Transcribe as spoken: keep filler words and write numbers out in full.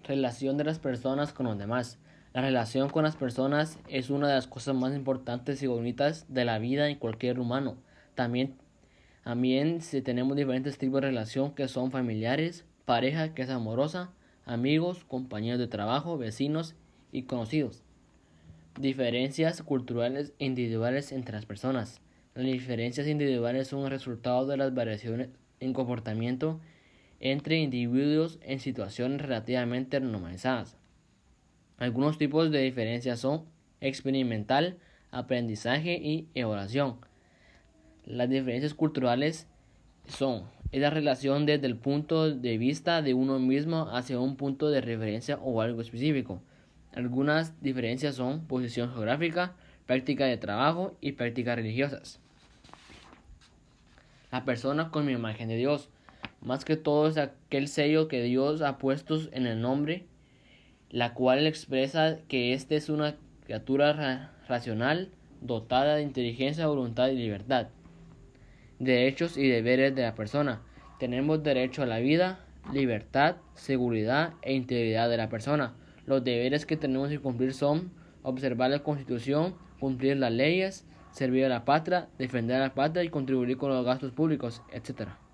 Relación de las personas con los demás. La relación con las personas es una de las cosas más importantes y bonitas de la vida en cualquier humano. También, también si tenemos diferentes tipos de relación que son familiares, pareja que es amorosa, amigos, compañeros de trabajo, vecinos y conocidos. Diferencias culturales e individuales entre las personas. Las diferencias individuales son el resultado de las variaciones en comportamiento entre individuos en situaciones relativamente normalizadas. Algunos tipos de diferencias son experimental, aprendizaje y evaluación. Las diferencias culturales son es la relación desde el punto de vista de uno mismo hacia un punto de referencia o algo específico. Algunas diferencias son posición geográfica, práctica de trabajo y prácticas religiosas. La persona con mi imagen de Dios. Más que todo es aquel sello que Dios ha puesto en el nombre, la cual expresa que éste es una criatura ra racional, dotada de inteligencia, voluntad y libertad. Derechos y deberes de la persona. Tenemos derecho a la vida, libertad, seguridad e integridad de la persona. Los deberes que tenemos que cumplir son observar la Constitución, cumplir las leyes, servir a la patria, defender a la patria y contribuir con los gastos públicos, etcétera.